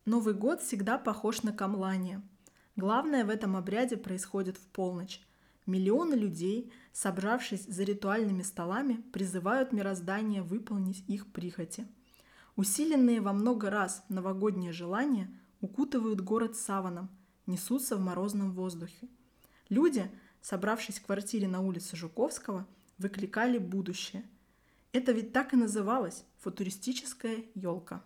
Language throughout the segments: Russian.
Новый год всегда похож на камлание. Главное в этом обряде происходит в полночь. Миллионы людей, собравшись за ритуальными столами, призывают мироздание выполнить их прихоти. Усиленные во много раз новогодние желания укутывают город саваном, несутся в морозном воздухе. Люди, собравшись в квартире на улице Жуковского, выкликали будущее. Это ведь так и называлось – футуристическая елка.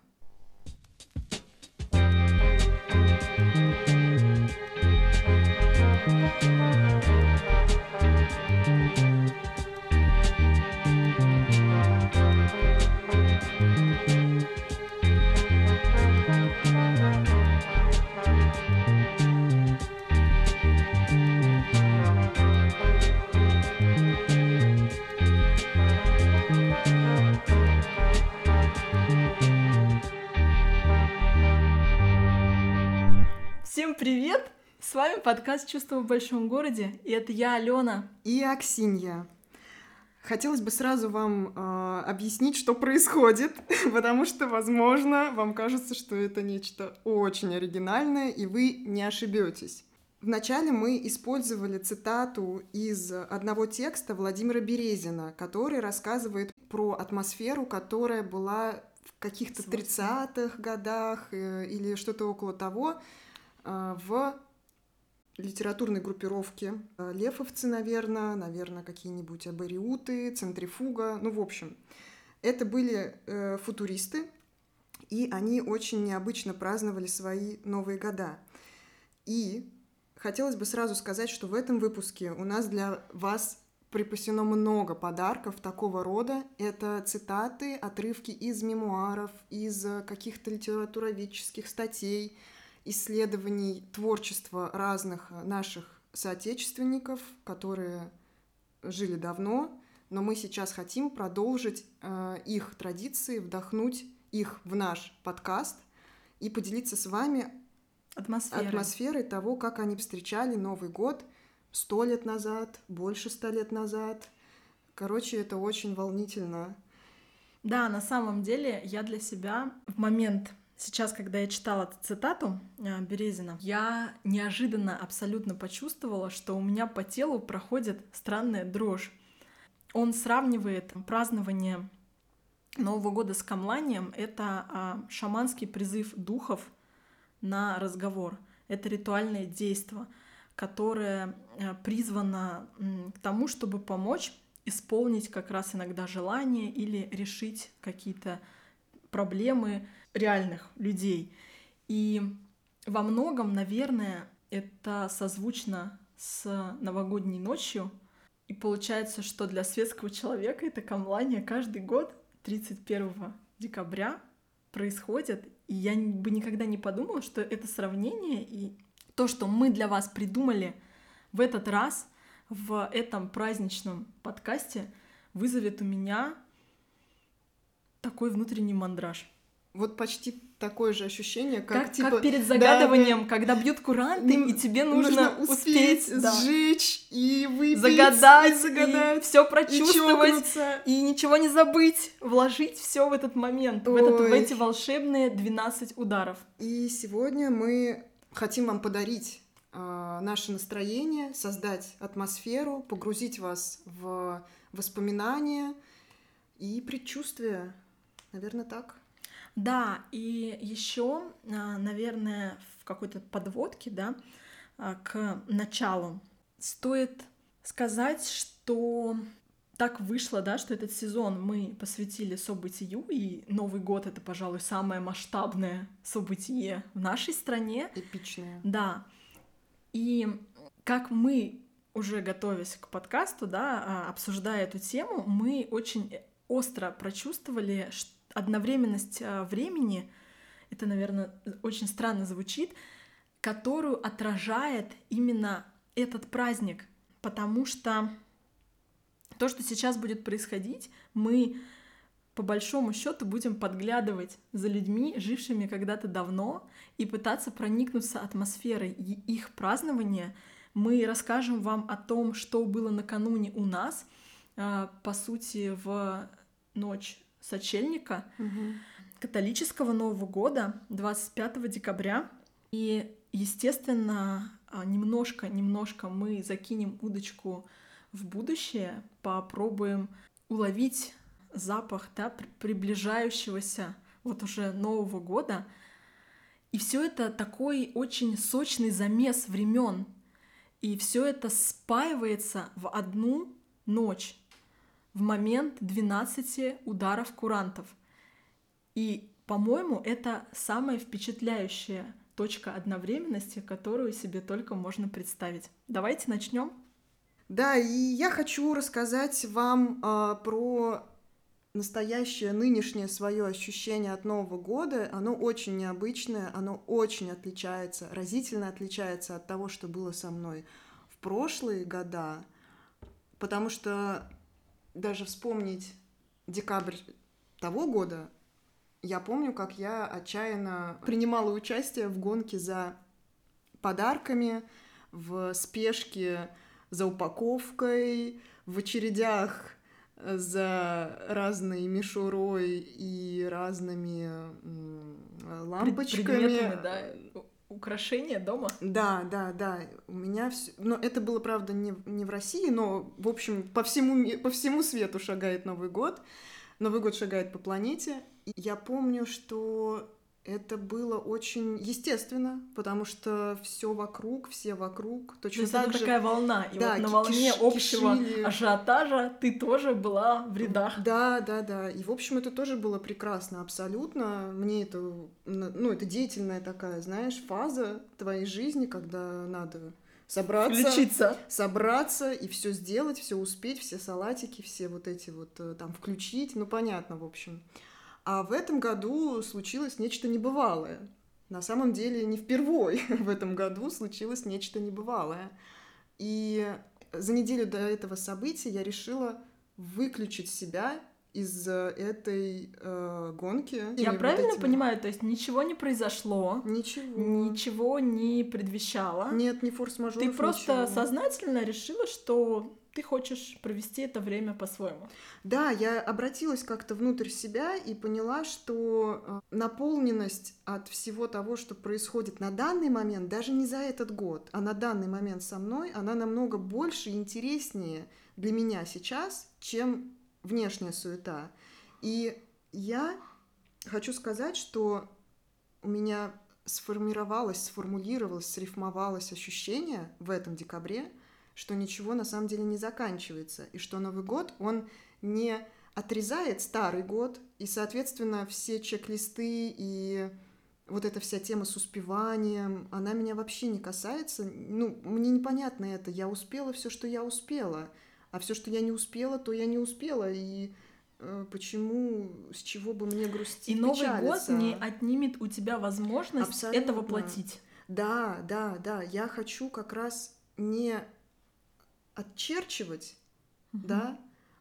Всем привет! С вами подкаст «Чувства в большом городе», и это я, Алена. И Аксинья. Хотелось бы сразу вам объяснить, что происходит, потому что, возможно, вам кажется, что это нечто очень оригинальное, и вы не ошибетесь. Вначале мы использовали цитату из одного текста Владимира Березина, который рассказывает про атмосферу, которая была в каких-то 30-х годах или что-то около того, в литературной группировке. Лефовцы, наверное, какие-нибудь абориуты, центрифуга. В общем, это были футуристы, и они очень необычно праздновали свои новые года. И хотелось бы сразу сказать, что в этом выпуске у нас для вас припасено много подарков такого рода. Это цитаты, отрывки из мемуаров, из каких-то литературоведческих статей, исследований творчества разных наших соотечественников, которые жили давно, но мы сейчас хотим продолжить их традиции, вдохнуть их в наш подкаст и поделиться с вами атмосферой того, как они встречали Новый год 100 лет назад, больше 100 лет назад. Короче, это очень волнительно. Да, на самом деле я для себя в момент... Сейчас, когда я читала эту цитату Березина, я неожиданно абсолютно почувствовала, что у меня по телу проходит странная дрожь. Он сравнивает празднование Нового года с камланием. Это шаманский призыв духов на разговор. Это ритуальное действо, которое призвано к тому, чтобы помочь исполнить как раз иногда желания или решить какие-то проблемы реальных людей. И во многом, наверное, это созвучно с новогодней ночью. И получается, что для светского человека это камлание каждый год 31 декабря происходит. И я бы никогда не подумала, что это сравнение и то, что мы для вас придумали в этот раз, в этом праздничном подкасте, вызовет у меня такой внутренний мандраж. Вот почти такое же ощущение, как перед загадыванием, когда бьют куранты, и тебе нужно успеть сжечь и выпить, загадать, и все прочувствовать, и ничего не забыть, вложить все в этот момент, в эти волшебные 12 ударов. И сегодня мы хотим вам подарить наше настроение, создать атмосферу, погрузить вас в воспоминания и предчувствия. Наверное, так. Да, и еще, наверное, в какой-то подводке, к началу стоит сказать, что так вышло, что этот сезон мы посвятили событию, и Новый год — это, пожалуй, самое масштабное событие в нашей стране. Эпичное. Да. И как мы, уже готовясь к подкасту, обсуждая эту тему, мы очень остро прочувствовали, что одновременность времени, это, наверное, очень странно звучит, которую отражает именно этот праздник, потому что то, что сейчас будет происходить, мы по большому счету будем подглядывать за людьми, жившими когда-то давно, и пытаться проникнуться атмосферой их празднования. Мы расскажем вам о том, что было накануне у нас, по сути, в ночь сочельника, католического Нового года, 25 декабря. И, естественно, немножко мы закинем удочку в будущее, попробуем уловить запах, да, приближающегося вот уже Нового года. И все это такой очень сочный замес времен. И все это спаивается в одну ночь, в момент 12 ударов курантов. И, по-моему, это самая впечатляющая точка одновременности, которую себе только можно представить. Давайте начнем. Да, и я хочу рассказать вам про настоящее, нынешнее свое ощущение от Нового года. Оно очень необычное, оно очень отличается, разительно отличается от того, что было со мной в прошлые года, потому что даже вспомнить декабрь того года, я помню, как я отчаянно принимала участие в гонке за подарками, в спешке за упаковкой, в очередях за разной мишурой и разными лампочками. Предметами, да, украшения дома. Да. У меня все. Но это было, правда, не в России, но, в общем, по всему свету шагает Новый год. Новый год шагает по планете. И я помню, что это было очень естественно, потому что все вокруг. Точно То есть так это же. такая волна, и Да, вот на волне общего кишили. ажиотажа ты тоже была в рядах. Да. И, в общем, это тоже было прекрасно, абсолютно. Мне это, это деятельная такая, знаешь, фаза твоей жизни, когда надо собраться и все сделать, все успеть, все салатики, все вот эти вот там включить, понятно, в общем. А в этом году случилось нечто небывалое. На самом деле не впервой в этом году случилось нечто небывалое. И за неделю до этого события я решила выключить себя из этой гонки. Я правильно понимаю, то есть ничего не произошло? Ничего. Ничего не предвещало? Нет, не форс-мажоров, Ты просто ничего. сознательно решила, что ты хочешь провести это время по-своему? Да, я обратилась как-то внутрь себя и поняла, что наполненность от всего того, что происходит на данный момент, даже не за этот год, а на данный момент со мной, она намного больше и интереснее для меня сейчас, чем внешняя суета. И я хочу сказать, что у меня сформулировалось, срифмовалось ощущение в этом декабре, что ничего на самом деле не заканчивается, и что Новый год, он не отрезает старый год, и, соответственно, все чек-листы и вот эта вся тема с успеванием, она меня вообще не касается. Мне непонятно это. Я успела все, что я успела, а все, что я не успела, то я не успела, и почему, с чего бы мне грустить, и Новый печалиться? год не отнимет у тебя возможность Абсолютно. это воплотить. Да. Я хочу как раз не отчерчивать, да,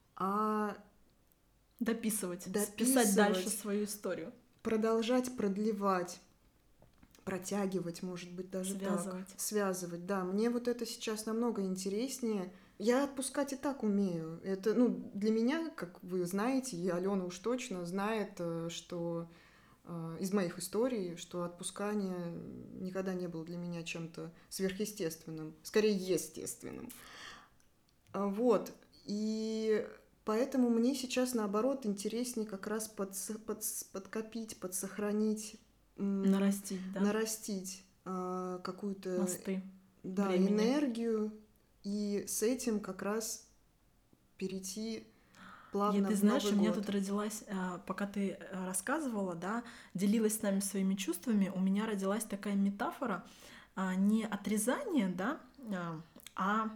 а дописывать, писать дальше свою историю. Продолжать, продлевать, протягивать, может быть, даже связывать. Да, мне вот это сейчас намного интереснее. Я отпускать и так умею. Это, для меня, как вы знаете, и Алена уж точно знает, что из моих историй, что отпускание никогда не было для меня чем-то сверхъестественным, скорее естественным. Вот. И поэтому мне сейчас, наоборот, интереснее как раз подкопить, подсохранить, нарастить какую-то мосты энергию, и с этим как раз перейти плавно в Новый год. Ты знаешь, у меня тут родилась, пока ты рассказывала, да, делилась с нами своими чувствами, у меня родилась такая метафора не отрезание, да, а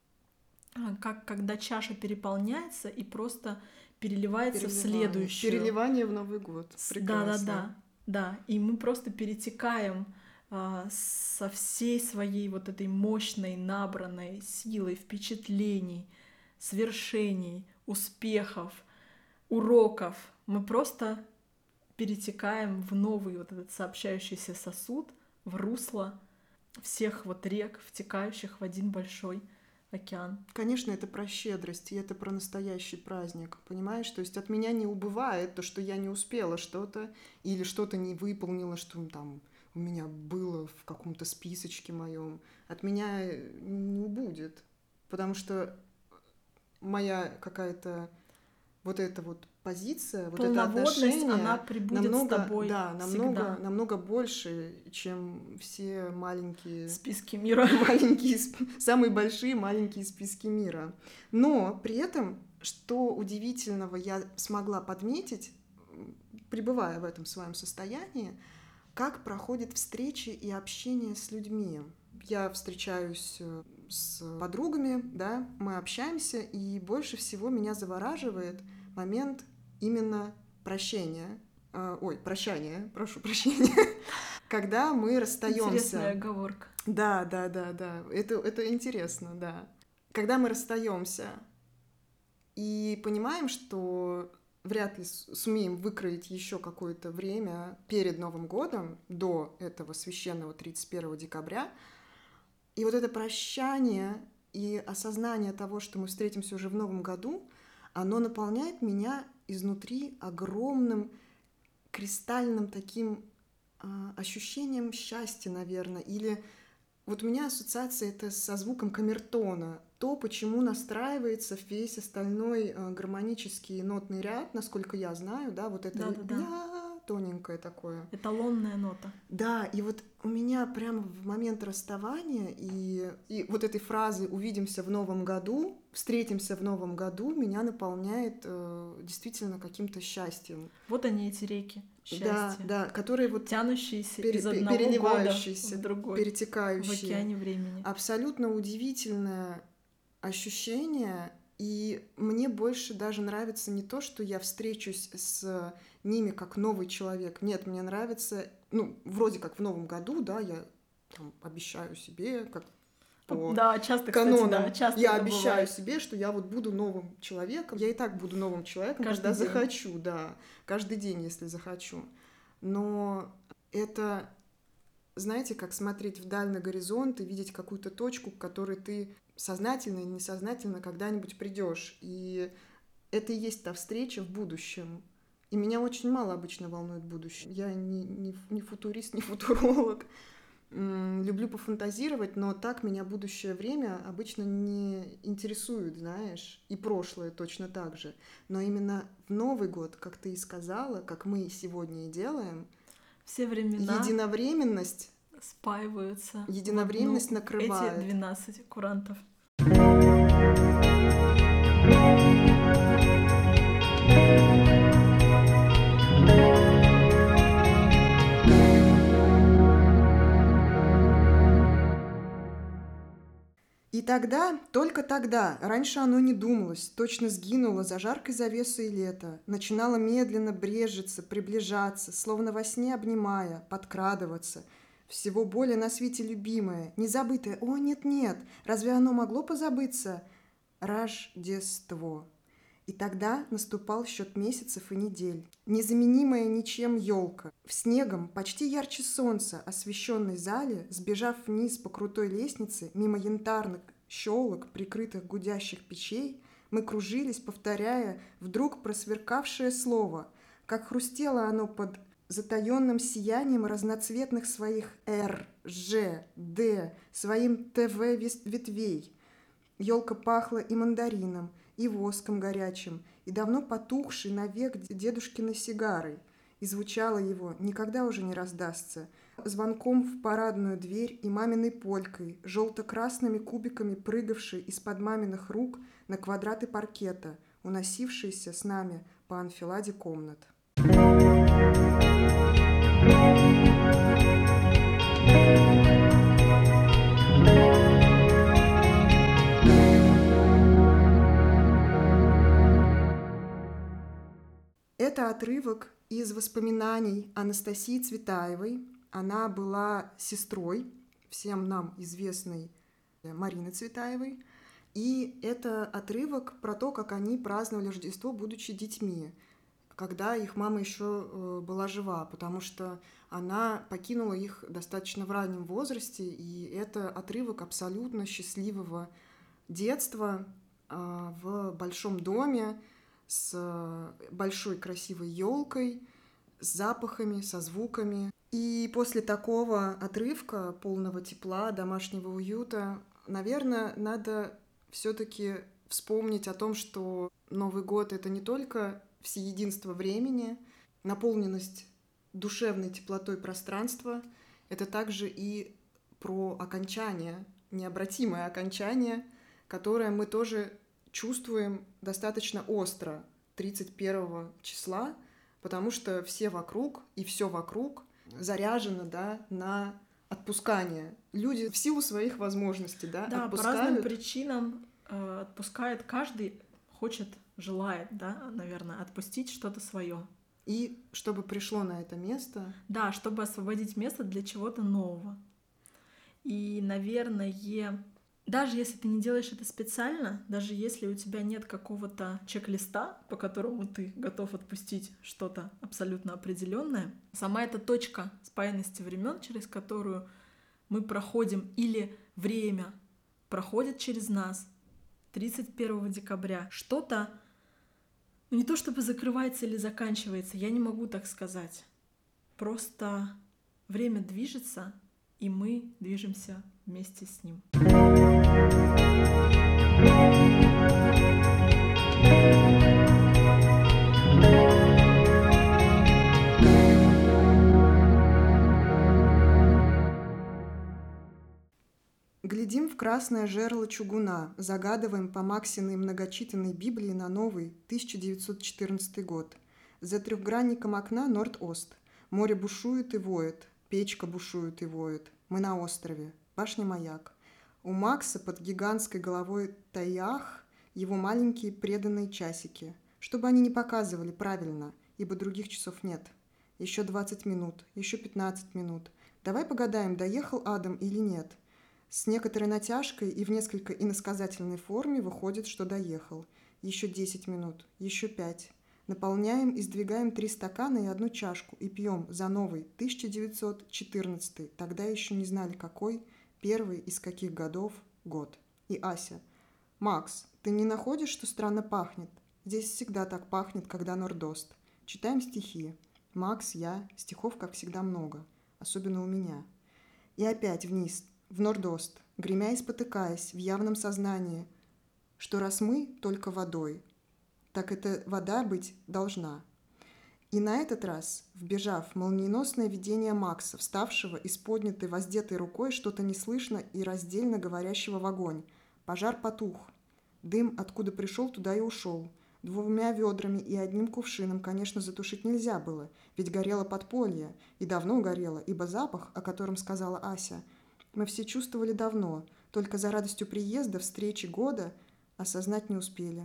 как когда чаша переполняется и просто переливается в следующую. Переливание в Новый год. Прекрасно. Да. И мы просто перетекаем со всей своей вот этой мощной, набранной силой впечатлений, свершений, успехов, уроков. Мы просто перетекаем в новый вот этот сообщающийся сосуд, в русло всех вот рек, втекающих в один большой океан. Конечно, это про щедрость, и это про настоящий праздник, понимаешь? То есть от меня не убывает то, что я не успела что-то, или что-то не выполнила, что там у меня было в каком-то списочке моем. От меня не убудет, потому что моя какая-то вот эта вот позиция, вот это Полноводность, она отношение прибудет с намного, тобой да, всегда. намного больше, чем все маленькие, Списки мира. самые большие маленькие списки мира. Но при этом, что удивительного я смогла подметить, пребывая в этом своем состоянии, как проходят встречи и общение с людьми. Я встречаюсь с подругами, да, мы общаемся, и больше всего меня завораживает момент именно прощения. Прощания, прошу прощения. Когда мы расстаемся. Интересная оговорка. Да. Это интересно, да. Когда мы расстаемся и понимаем, что вряд ли сумеем выкроить еще какое-то время перед Новым годом, до этого священного 31 декабря. И вот это прощание и осознание того, что мы встретимся уже в Новом году, оно наполняет меня изнутри огромным кристальным таким ощущением счастья, наверное. Или вот у меня ассоциация это со звуком камертона. То, почему настраивается весь остальной гармонический нотный ряд, насколько я знаю, да, вот это ля тоненькое такое. Эталонная нота. Да, и вот у меня прямо в момент расставания и вот этой фразы «увидимся в Новом году», «встретимся в Новом году» меня наполняет действительно каким-то счастьем. Вот они, эти реки счастья. Да, которые вот тянущиеся из одного года в другой, перетекающие. В океане времени. Абсолютно удивительное ощущение, и мне больше даже нравится не то, что я встречусь с ними как новый человек. Нет, мне нравится, вроде как в Новом году, да, я там обещаю себе, как по часто, канонам, часто я обещаю себе, что я вот буду новым человеком. Я и так буду новым человеком, когда захочу, да, каждый день, если захочу. Но это, знаете, как смотреть вдаль на горизонт и видеть какую-то точку, к которой ты сознательно или несознательно когда-нибудь придешь. И это и есть та встреча в будущем. И меня очень мало обычно волнует будущее. Я не футурист, не футуролог. Люблю пофантазировать, но так меня будущее время обычно не интересует, знаешь, и прошлое точно так же. Но именно в Новый год, как ты и сказала, как мы сегодня и делаем, все времена единовременность спаиваются. Единовременность накрывает. Эти 12 курантов. И тогда, только тогда, раньше оно не думалось, точно сгинуло за жаркой завесой лета, начинало медленно брежиться, приближаться, словно во сне обнимая, подкрадываться. Всего более на свете любимое, незабытое. О, нет-нет, разве оно могло позабыться? Рождество. И тогда наступал счет месяцев и недель. Незаменимая ничем елка. В снегом, почти ярче солнца, освещенной зале, сбежав вниз по крутой лестнице, мимо янтарных щелок, прикрытых гудящих печей, мы кружились, повторяя вдруг просверкавшее слово, как хрустело оно под затаенным сиянием разноцветных своих «Р», «Ж», «Д», своим «ТВ» ветвей. Елка пахла и мандарином, и воском горячим, и давно потухшей навек дедушкиной сигарой. И звучало его, никогда уже не раздастся, звонком в парадную дверь и маминой полькой, желто-красными кубиками прыгавшей из-под маминых рук на квадраты паркета, уносившиеся с нами по анфиладе комнат. Это отрывок из воспоминаний Анастасии Цветаевой. Она была сестрой всем нам известной Марины Цветаевой. И это отрывок про то, как они праздновали Рождество, будучи детьми, когда их мама еще была жива, потому что она покинула их достаточно в раннем возрасте, и это отрывок абсолютно счастливого детство в большом доме с большой красивой елкой, с запахами, со звуками. И после такого отрывка, полного тепла, домашнего уюта, наверное, надо все-таки вспомнить о том, что Новый год — это не только всеединство времени, наполненность душевной теплотой пространства, это также и про окончание, необратимое окончание, которое мы тоже чувствуем достаточно остро 31 числа, потому что все вокруг и все вокруг заряжено, да, на отпускание. Люди в силу своих возможностей, да, Да, отпускают. по разным причинам отпускает каждый, хочет, желает, да, наверное, отпустить что-то свое. И чтобы пришло на это место. Да, чтобы освободить место для чего-то нового. И, наверное, даже если ты не делаешь это специально, даже если у тебя нет какого-то чек-листа, по которому ты готов отпустить что-то абсолютно определенное, сама эта точка спаянности времен, через которую мы проходим, или время проходит через нас 31 декабря, что-то не то чтобы закрывается или заканчивается, я не могу так сказать. Просто время движется, и мы движемся вместе с ним. Глядим в красное жерло чугуна, загадываем по Максиной многочитанной Библии на новый 1914 год. За трехгранником окна Норд-Ост. Море бушует и воет, печка бушует и воет. Мы на острове, башня-маяк. У Макса под гигантской головой Таях его маленькие преданные часики, чтобы они не показывали правильно, ибо других часов нет. Еще 20 минут, еще 15 минут. Давай погадаем, доехал Адам или нет. С некоторой натяжкой и в несколько иносказательной форме выходит, что доехал. Еще 10 минут, еще 5. Наполняем и сдвигаем 3 стакана и 1 чашку и пьем за новый 1914, тогда еще не знали какой, первый из каких годов год. И Ася: «Макс, ты не находишь, что странно пахнет? Здесь всегда так пахнет, когда Норд-Ост. Читаем стихи. Макс, я, стихов, как всегда, много, особенно у меня. И опять вниз, в Норд-Ост, гремя и спотыкаясь в явном сознании, что раз мы только водой, так эта вода быть должна. И на этот раз, вбежав в молниеносное видение Макса, вставшего и с поднятой воздетой рукой что-то неслышно и раздельно говорящего в огонь. Пожар потух. Дым, откуда пришел, туда и ушел. 2 ведрами и 1 кувшином, конечно, затушить нельзя было, ведь горело подполье, и давно горело, ибо запах, о котором сказала Ася, мы все чувствовали давно, только за радостью приезда, встречи года осознать не успели.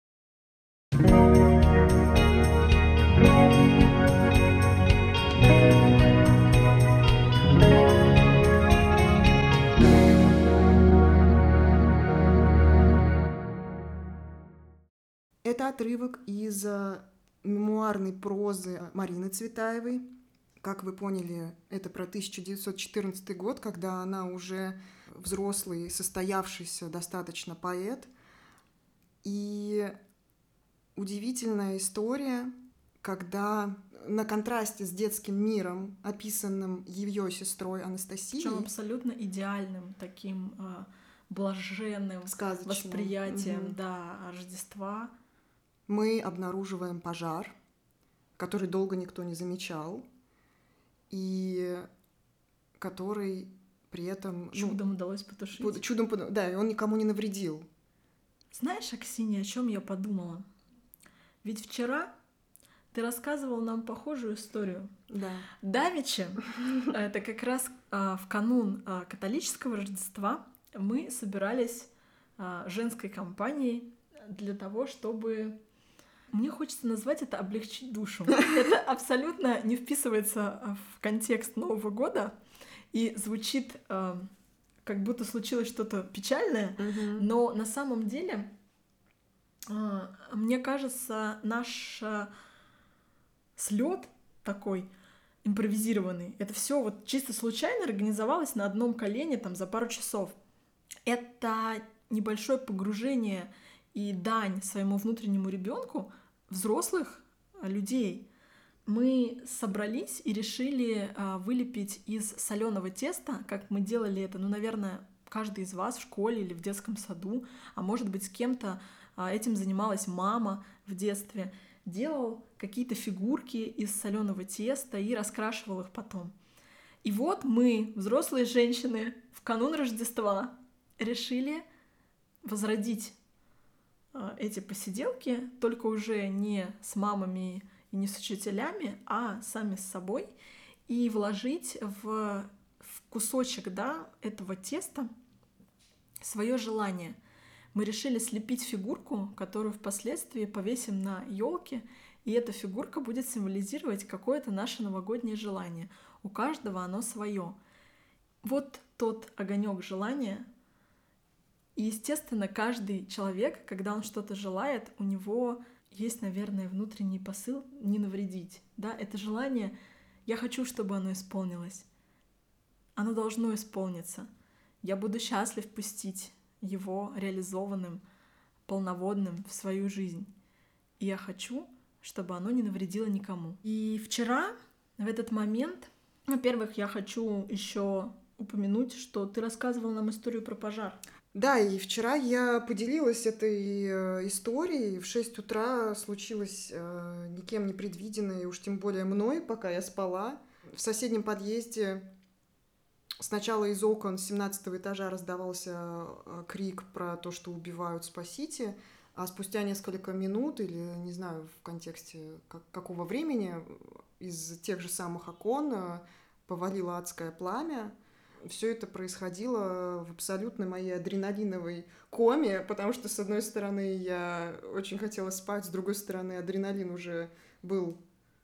Это отрывок из мемуарной прозы Марины Цветаевой. Как вы поняли, это про 1914 год, когда она уже взрослый, состоявшийся достаточно поэт. И удивительная история, когда на контрасте с детским миром, описанным ее сестрой Анастасией, причем абсолютно идеальным, таким блаженным сказочным восприятием Рождества, мы обнаруживаем пожар, который долго никто не замечал, и который при этом... чудом удалось потушить. Чудом, да, и он никому не навредил. Знаешь, Аксинья, о чем я подумала? Ведь вчера ты рассказывал нам похожую историю. Да. Давеча, это как раз в канун католического Рождества, мы собирались женской компанией для того, чтобы... Мне хочется назвать это «облегчить душу». Это абсолютно не вписывается в контекст Нового года и звучит, как будто случилось что-то печальное, но на самом деле, мне кажется, наш слет такой импровизированный, это все вот чисто случайно организовалось на одном колене там за пару часов. Это небольшое погружение и дань своему внутреннему ребенку взрослых людей. Мы собрались и решили вылепить из соленого теста, как мы делали это, наверное, каждый из вас в школе или в детском саду, а может быть, с кем-то этим занималась мама в детстве, делал какие-то фигурки из соленого теста и раскрашивал их потом. И вот мы, взрослые женщины, в канун Рождества решили возродить эти посиделки, только уже не с мамами и не с учителями, а сами с собой, и вложить в кусочек, этого теста свое желание. Мы решили слепить фигурку, которую впоследствии повесим на елке, и эта фигурка будет символизировать какое-то наше новогоднее желание. У каждого оно свое. Вот тот огонек желания. И, естественно, каждый человек, когда он что-то желает, у него есть, наверное, внутренний посыл не навредить. Это желание, я хочу, чтобы оно исполнилось. Оно должно исполниться. Я буду счастлив пустить его реализованным, полноводным в свою жизнь. И я хочу, чтобы оно не навредило никому. И вчера, в этот момент, во-первых, я хочу еще упомянуть, что ты рассказывал нам историю про пожар. Да, и вчера я поделилась этой историей. В 6 утра случилось никем не предвиденное, и уж тем более мной, пока я спала. В соседнем подъезде сначала из окон 17-го этажа раздавался крик про то, что убивают, спасите, а спустя несколько минут, или не знаю в контексте какого времени, из тех же самых окон повалило адское пламя. Все это происходило в абсолютно моей адреналиновой коме, потому что, с одной стороны, я очень хотела спать, с другой стороны, адреналин уже был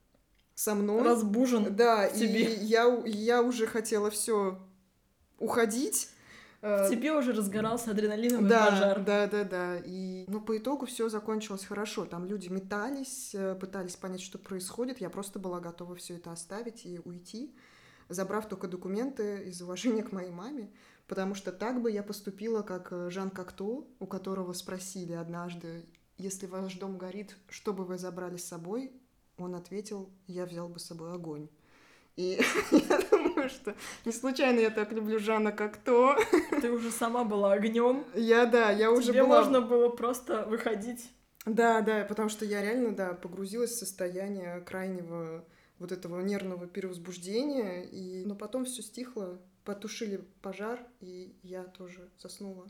со мной. Разбужен. Да, в тебе. И я уже хотела все уходить. В тебе уже разгорался адреналиновый пожар. Да. Но по итогу все закончилось хорошо. Там люди метались, пытались понять, что происходит. Я просто была готова все это оставить и уйти, забрав только документы из уважения к моей маме, потому что так бы я поступила, как Жан Кокто, у которого спросили однажды: если ваш дом горит, что бы вы забрали с собой? Он ответил: я взял бы с собой огонь. И я думаю, что не случайно я так люблю Жана Кокто. Ты уже сама была огнем. Я уже Тебе была... можно было просто выходить. Да, потому что я реально, погрузилась в состояние крайнего вот этого нервного перевозбуждения, но потом все стихло, потушили пожар, и я тоже заснула.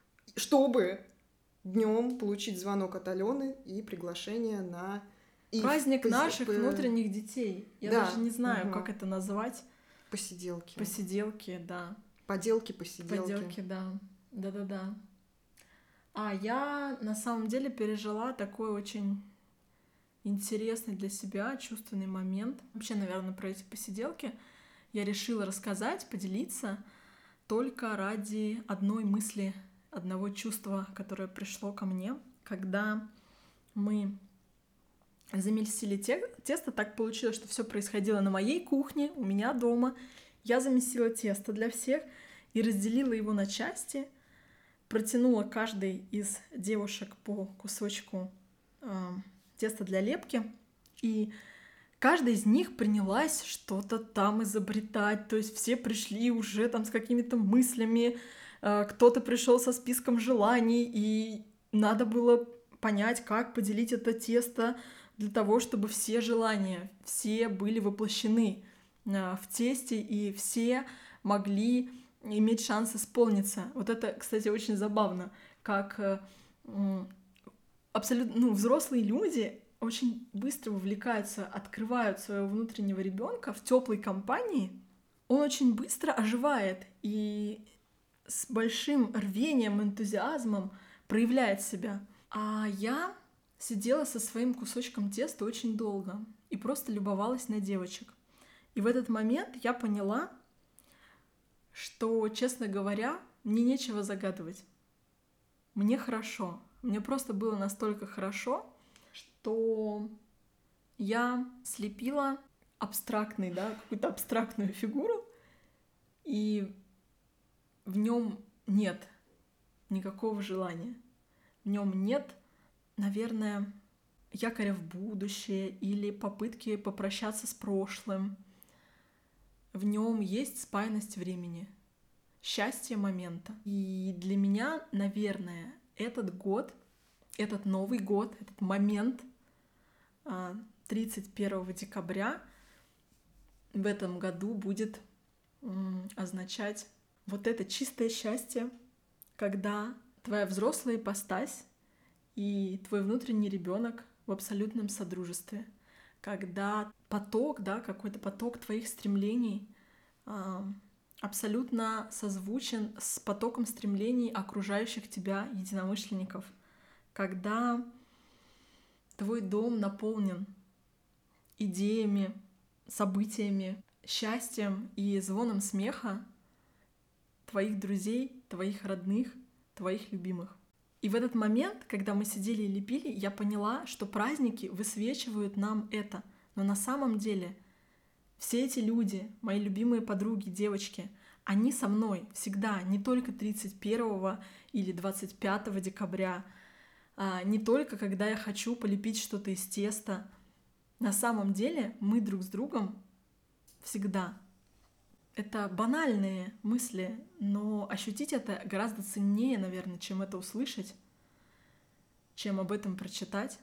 Чтобы днем получить звонок от Алены и приглашение на... Праздник наших внутренних детей. Я даже не знаю, как это назвать. Посиделки. Посиделки, да. Поделки-посиделки. Поделки, да. Да. А я на самом деле пережила такой очень интересный для себя чувственный момент. Вообще, наверное, про эти посиделки я решила рассказать, поделиться только ради одной мысли, одного чувства, которое пришло ко мне, когда мы замесили тесто. Так получилось, что все происходило на моей кухне, у меня дома. Я замесила тесто для всех и разделила его на части, протянула каждой из девушек по кусочку теста для лепки, и каждая из них принялась что-то там изобретать. То есть все пришли уже там с какими-то мыслями, кто-то пришел со списком желаний, и надо было понять, как поделить это тесто для того, чтобы все желания, все были воплощены в тесте, и все могли иметь шанс исполниться. Вот это, кстати, очень забавно, как абсолютно взрослые люди очень быстро вовлекаются, открывают своего внутреннего ребенка в теплой компании. Он очень быстро оживает и с большим рвением, энтузиазмом проявляет себя. А я сидела со своим кусочком теста очень долго и просто любовалась на девочек. И в этот момент я поняла, что, честно говоря, мне нечего загадывать. Мне хорошо. Мне просто было настолько хорошо, что я слепила какую-то абстрактную фигуру, и в нем нет никакого желания. В нем нет, наверное, якоря в будущее или попытки попрощаться с прошлым. В нем есть спаянность времени, счастье момента. И для меня, наверное, этот год, этот Новый год, этот момент 31 декабря в этом году будет означать вот это чистое счастье, когда твоя взрослая ипостась и твой внутренний ребенок в абсолютном содружестве, когда поток, да, какой-то поток твоих стремлений абсолютно созвучен с потоком стремлений окружающих тебя единомышленников, когда твой дом наполнен идеями, событиями, счастьем и звоном смеха твоих друзей, твоих родных, твоих любимых. И в этот момент, когда мы сидели и лепили, я поняла, что праздники высвечивают нам это. Но на самом деле все эти люди, мои любимые подруги, девочки, они со мной всегда, не только 31 или 25 декабря, не только когда я хочу полепить что-то из теста. На самом деле мы друг с другом всегда. Это банальные мысли, но ощутить это гораздо ценнее, наверное, чем это услышать, чем об этом прочитать.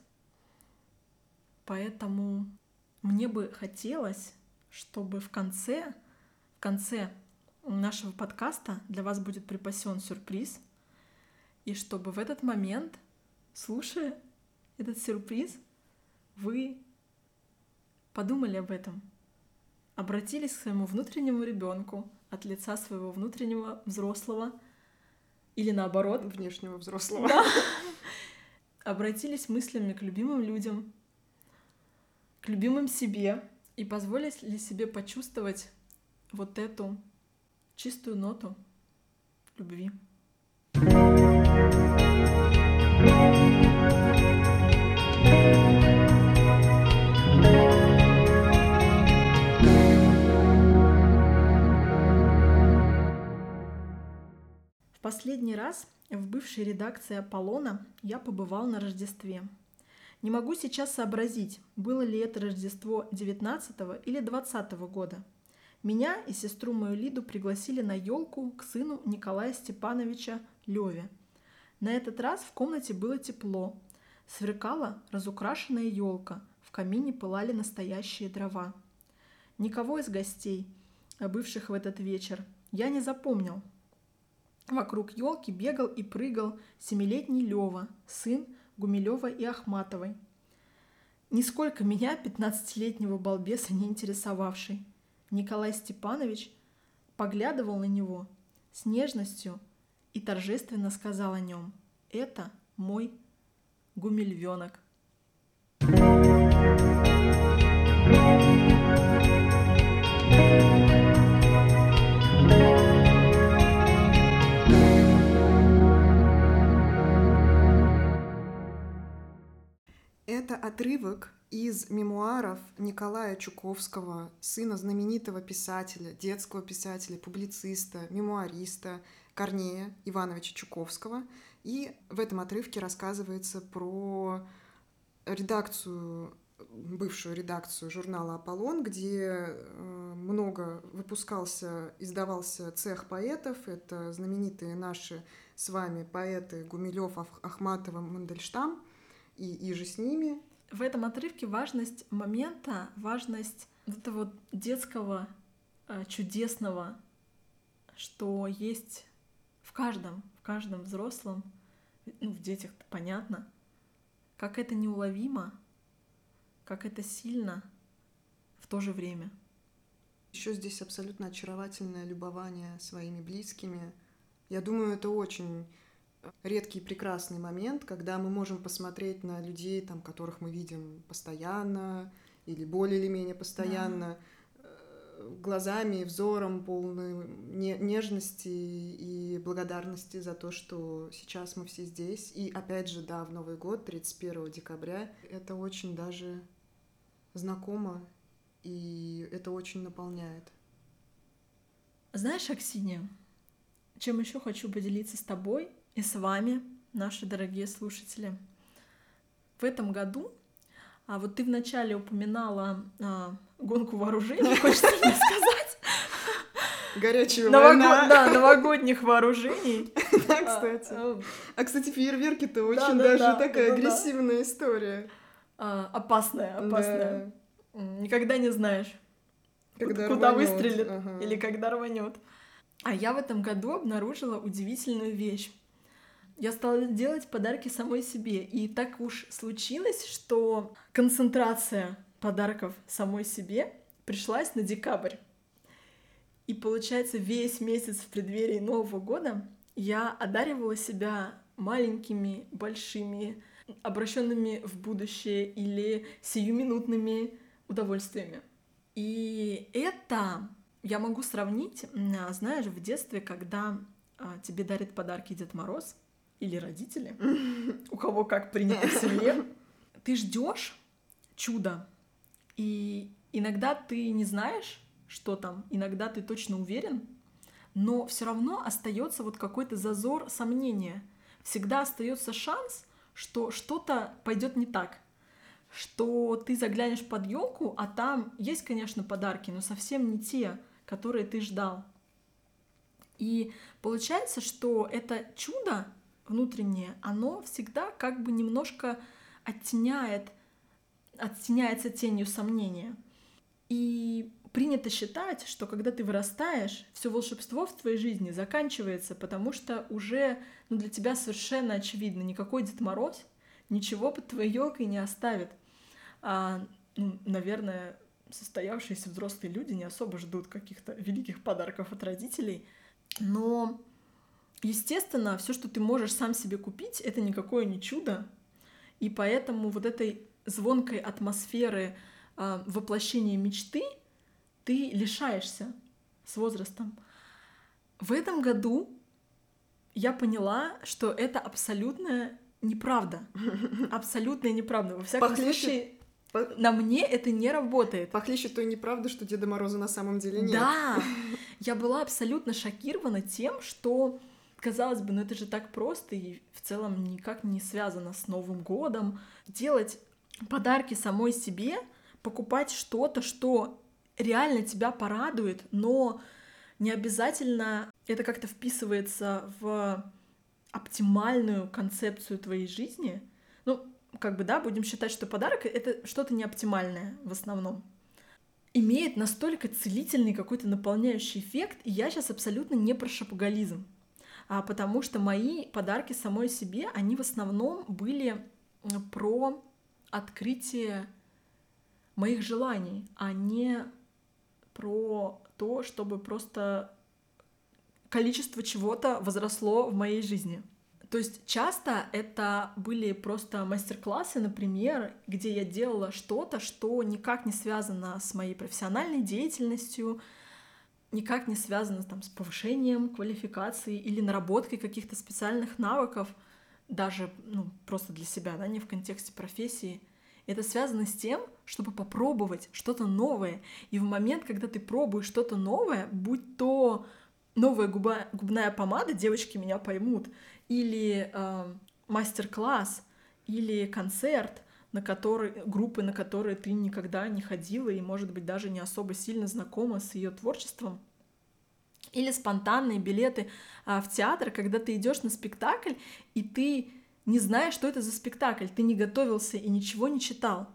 Поэтому мне бы хотелось, чтобы в конце нашего подкаста для вас будет припасен сюрприз, и чтобы в этот момент, слушая этот сюрприз, вы подумали об этом, обратились к своему внутреннему ребенку от лица своего внутреннего взрослого или наоборот внешнего взрослого. Да. Обратились мыслями к любимым людям, к любимым себе и позволили себе почувствовать вот эту чистую ноту любви. В последний раз в бывшей редакции «Аполлона» я побывал на Рождестве. Не могу сейчас сообразить, было ли это Рождество 19 или 20 года. Меня и сестру мою Лиду пригласили на елку к сыну Николая Степановича Леве. На этот раз в комнате было тепло. Сверкала разукрашенная елка, в камине пылали настоящие дрова. Никого из гостей, бывших в этот вечер, я не запомнил. Вокруг елки бегал и прыгал 7-летний Лева, сын Гумилева и Ахматовой. Нисколько меня, 15-летнего балбеса, не интересовавший. Николай Степанович поглядывал на него с нежностью и торжественно сказал о нем: «Это мой гумильвенок». Это отрывок из мемуаров Николая Чуковского, сына знаменитого писателя, детского писателя, публициста, мемуариста Корнея Ивановича Чуковского. И в этом отрывке рассказывается про бывшую редакцию журнала «Аполлон», где много издавался цех поэтов. Это знаменитые наши с вами поэты Гумилев, Ахматова, Мандельштам и иже с ними. В этом отрывке важность момента, важность этого детского, чудесного, что есть в каждом взрослом, в детях-то понятно, как это неуловимо, как это сильно в то же время. Еще здесь абсолютно очаровательное любование своими близкими. Я думаю, это очень редкий и прекрасный момент, когда мы можем посмотреть на людей, которых мы видим постоянно или более или менее постоянно, глазами и взором полным нежности и благодарности за то, что сейчас мы все здесь. И опять же, в Новый год, 31 декабря, это очень даже знакомо, и это очень наполняет. Знаешь, Аксинья, чем еще хочу поделиться с тобой, И с вами, наши дорогие слушатели. В этом году, вот ты вначале упоминала гонку вооружений, хочется мне сказать. Горячая война. Да, новогодних вооружений. Да, кстати. Кстати, фейерверки-то очень даже такая агрессивная история. Опасная. Никогда не знаешь, куда выстрелит или когда рванет. А я в этом году обнаружила удивительную вещь. Я стала делать подарки самой себе. И так уж случилось, что концентрация подарков самой себе пришлась на декабрь. И получается, весь месяц в преддверии Нового года я одаривала себя маленькими, большими, обращенными в будущее или сиюминутными удовольствиями. И это я могу сравнить, знаешь, в детстве, когда тебе дарит подарки Дед Мороз или родители, у кого как принято в семье, ты ждешь чуда, и иногда ты не знаешь, что там, иногда ты точно уверен, но все равно остается вот какой-то зазор сомнения. Всегда остается шанс, что что-то пойдет не так, что ты заглянешь под елку, а там есть, конечно, подарки, но совсем не те, которые ты ждал. И получается, что это чудо внутреннее, оно всегда как бы немножко оттеняется тенью сомнения. И принято считать, что когда ты вырастаешь, все волшебство в твоей жизни заканчивается, потому что уже для тебя совершенно очевидно, никакой Дед Мороз ничего под твоей елкой не оставит. Наверное, состоявшиеся взрослые люди не особо ждут каких-то великих подарков от родителей, но, естественно, все, что ты можешь сам себе купить, это никакое не чудо, и поэтому вот этой звонкой атмосферы воплощения мечты ты лишаешься с возрастом. В этом году я поняла, что это абсолютная неправда. Абсолютная неправда. Во всяком случае, на мне это не работает. Похлеще той неправды, что Деда Мороза на самом деле нет. Да! Я была абсолютно шокирована тем, что, казалось бы, это же так просто и в целом никак не связано с Новым годом. Делать подарки самой себе, покупать что-то, что реально тебя порадует, но не обязательно это как-то вписывается в оптимальную концепцию твоей жизни. Будем считать, что подарок — это что-то неоптимальное в основном. Имеет настолько целительный какой-то наполняющий эффект, и я сейчас абсолютно не про шопоголизм, потому что мои подарки самой себе, они в основном были про открытие моих желаний, а не про то, чтобы просто количество чего-то возросло в моей жизни. То есть часто это были просто мастер-классы, например, где я делала что-то, что никак не связано с моей профессиональной деятельностью, никак не связано с повышением квалификации или наработкой каких-то специальных навыков, даже просто для себя, не в контексте профессии. Это связано с тем, чтобы попробовать что-то новое. И в момент, когда ты пробуешь что-то новое, будь то новая губная помада, девочки меня поймут, или мастер-класс, или концерт, группы, на которые ты никогда не ходила и, может быть, даже не особо сильно знакома с ее творчеством, или спонтанные билеты в театр, когда ты идешь на спектакль, и ты не знаешь, что это за спектакль, ты не готовился и ничего не читал.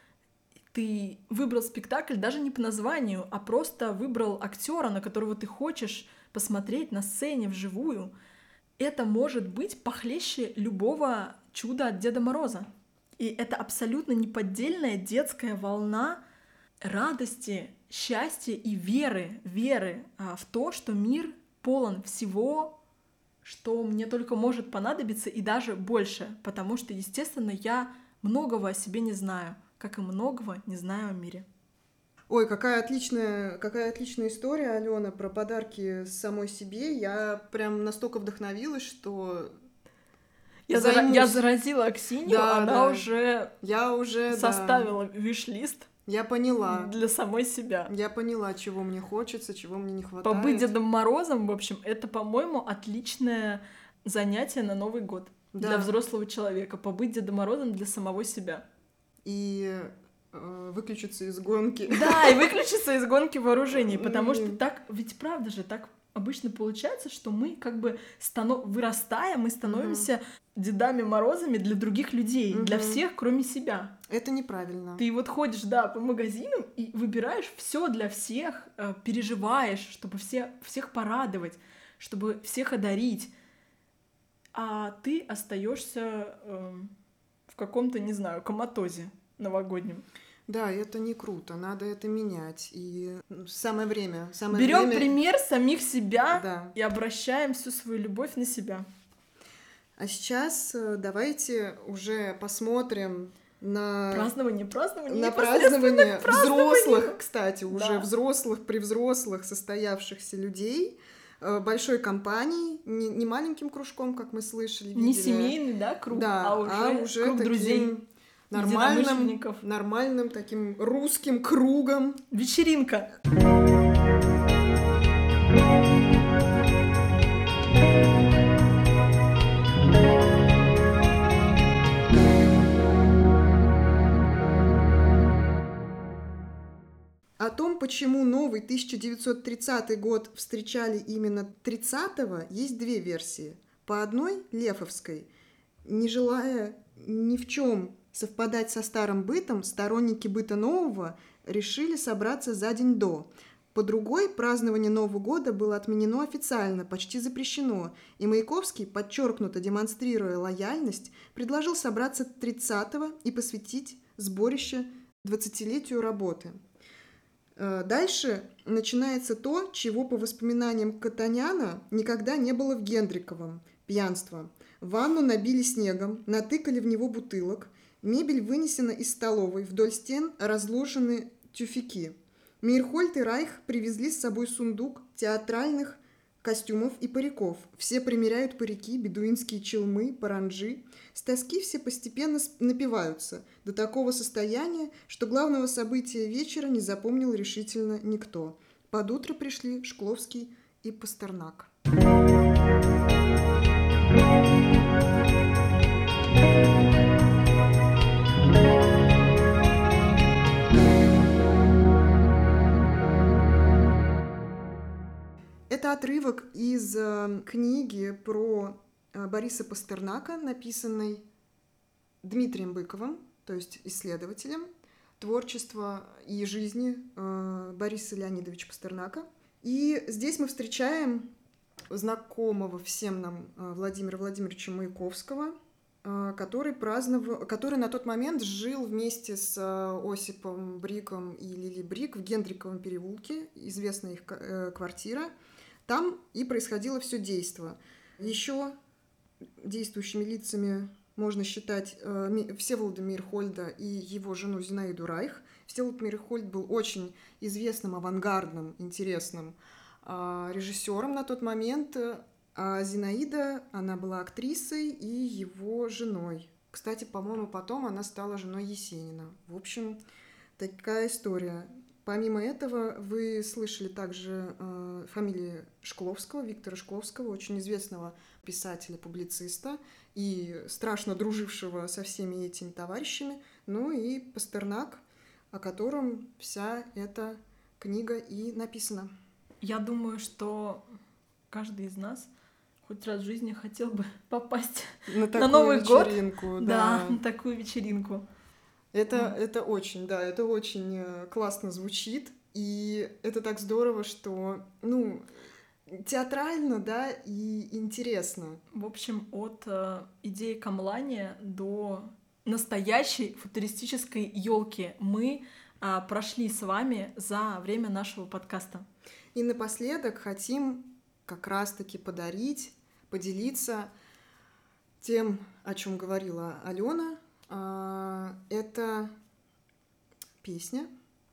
Ты выбрал спектакль даже не по названию, а просто выбрал актера, на которого ты хочешь посмотреть на сцене вживую. Это может быть похлеще любого чуда от Деда Мороза. И это абсолютно неподдельная детская волна радости, счастья и веры в то, что мир полон всего, что мне только может понадобиться, и даже больше, потому что, естественно, я многого о себе не знаю, как и многого не знаю о мире. Ой, какая отличная история, Алена, про подарки самой себе. Я прям настолько вдохновилась, что я заразила Аксинью, она уже составила виш-лист. Я поняла. Для самой себя. Я поняла, чего мне хочется, чего мне не хватает. Побыть Дедом Морозом, в общем, это, по-моему, отличная занятие на Новый год для взрослого человека, побыть Дедом Морозом для самого себя. И выключиться из гонки. Да, и выключиться из гонки вооружений, потому что так, ведь правда же, так обычно получается, что мы как бы вырастаем, мы становимся Дедами Морозами для других людей, для всех, кроме себя. Это неправильно. Ты вот ходишь, да, по магазинам и выбираешь все для всех, переживаешь, чтобы всех порадовать, чтобы всех одарить, а ты остаешься в каком-то, не знаю, коматозе новогоднем. Да, это не круто, надо это менять. И самое время. Берем пример самих себя и обращаем всю свою любовь на себя. А сейчас давайте уже посмотрим на празднование взрослых, кстати, уже взрослых, превзрослых, состоявшихся людей, большой компанией, не маленьким кружком, как мы слышали, видели. Не семейный, да, круг, а уже круг друзей. Нормальным таким русским кругом. Вечеринка. О том, почему новый 1930 год встречали именно 30-го, есть две версии. По одной, лефовской, не желая ни в чем совпадать со старым бытом, сторонники быта нового решили собраться за день до. По другой, празднование Нового года было отменено официально, почти запрещено, и Маяковский, подчеркнуто демонстрируя лояльность, предложил собраться 30-го и посвятить сборище 20-летию работы. Дальше начинается то, чего, по воспоминаниям Катаняна, никогда не было в Гендриковом – пьянство. Ванну набили снегом, натыкали в него бутылок, мебель вынесена из столовой, вдоль стен разложены тюфяки. Мейерхольд и Райх привезли с собой сундук театральных костюмов и париков. Все примеряют парики, бедуинские челмы, паранджи. С тоски все постепенно напиваются до такого состояния, что главного события вечера не запомнил решительно никто. Под утро пришли Шкловский и Пастернак. Это отрывок из книги про Бориса Пастернака, написанной Дмитрием Быковым, то есть исследователем творчества и жизни Бориса Леонидовича Пастернака. И здесь мы встречаем знакомого всем нам Владимира Владимировича Маяковского, который на тот момент жил вместе с Осипом Бриком и Лили Брик в Гендриковом переулке, известная их квартира. Там и происходило все действо. Еще действующими лицами можно считать Всеволода Мейерхольда и его жену Зинаиду Райх. Всеволод Мейерхольд был очень известным, авангардным, интересным режиссером на тот момент, а Зинаида, она была актрисой и его женой. Кстати, по-моему, потом она стала женой Есенина. В общем, такая история. Помимо этого, вы слышали также фамилии Шкловского, Виктора Шкловского, очень известного писателя-публициста и страшно дружившего со всеми этими товарищами. Ну и Пастернак, о котором вся эта книга и написана. Я думаю, что каждый из нас хоть раз в жизни хотел бы попасть на Новый год. Да, на такую вечеринку. Это очень классно звучит, и это так здорово, что, театрально, да, и интересно. В общем, от идеи камлания до настоящей футуристической елки мы прошли с вами за время нашего подкаста. И напоследок хотим как раз-таки поделиться тем, о чем говорила Алена. Это песня.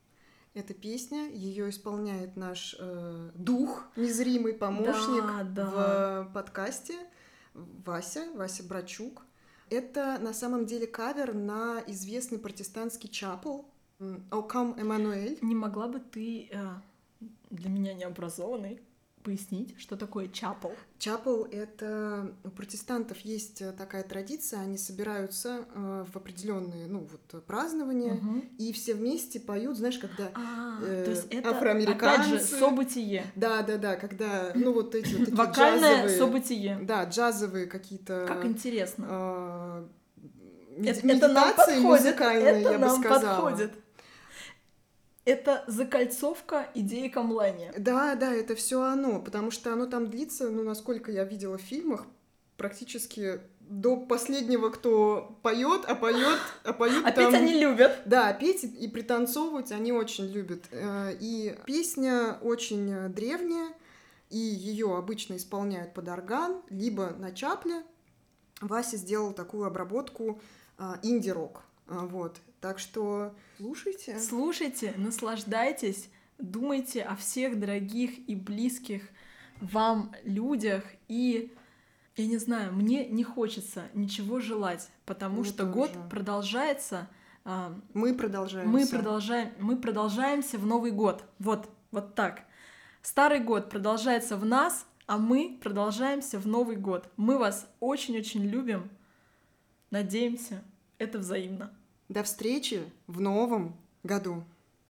Ее исполняет наш дух, незримый помощник в подкасте Вася Брачук. Это на самом деле кавер на известный протестантский чапел «О Кам Эммануэль». Не могла бы ты, для меня необразованный, пояснить, что такое чапел? Чапел — это у протестантов есть такая традиция, они собираются в определенные, празднования, и все вместе поют, знаешь, когда то есть это, афроамериканцы... опять же, событие. Да, когда, эти вот такие вокальное джазовые... событие. Да, джазовые какие-то... Как интересно. Это нам подходит, я бы сказала. Подходит. Это закольцовка идеи камлания. Да, это все оно, потому что оно там длится, насколько я видела в фильмах, практически до последнего, кто поет, а поют петь там... они любят. Да, петь и пританцовывать они очень любят. И песня очень древняя, и ее обычно исполняют под орган, либо на чапле. Вася сделал такую обработку инди-рок. Вот. Так что Слушайте, наслаждайтесь, думайте о всех дорогих и близких вам людях. И, я не знаю, мне не хочется ничего желать, потому Мне что тоже. год продолжается. Мы продолжаемся. Мы продолжаемся в Новый год. Вот так. Старый год продолжается в нас, а мы продолжаемся в Новый год. Мы вас очень-очень любим. Надеемся, это взаимно. До встречи в новом году.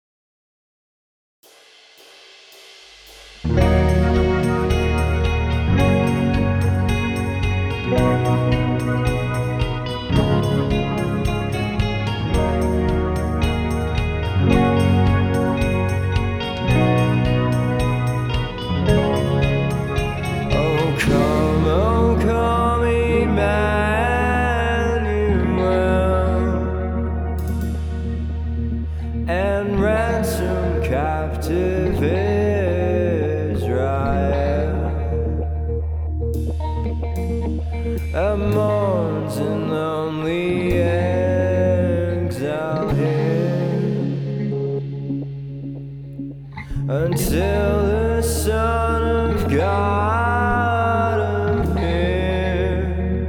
Until the Son of God appeared.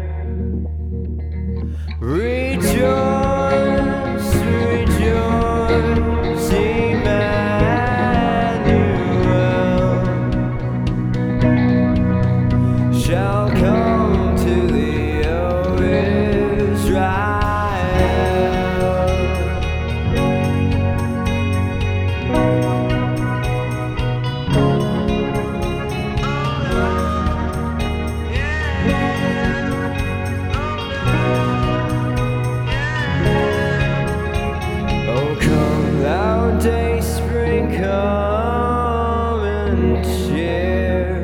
Rejoice, rejoice, Emmanuel shall come to thee, O Israel. Come and cheer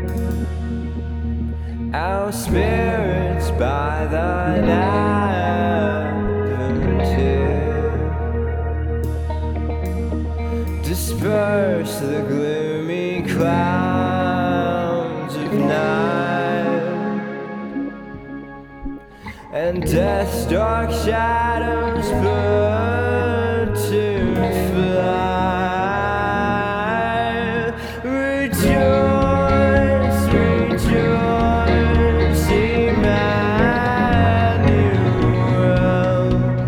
our spirits by thine advent here. Disperse the gloomy clouds of night, and death's dark shadows put to flight. Rejoice, rejoice, Emmanuel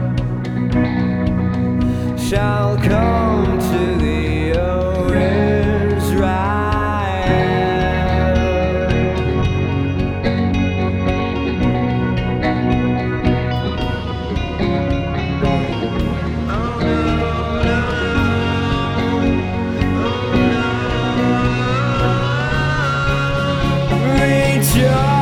shall come to thee, O Israel.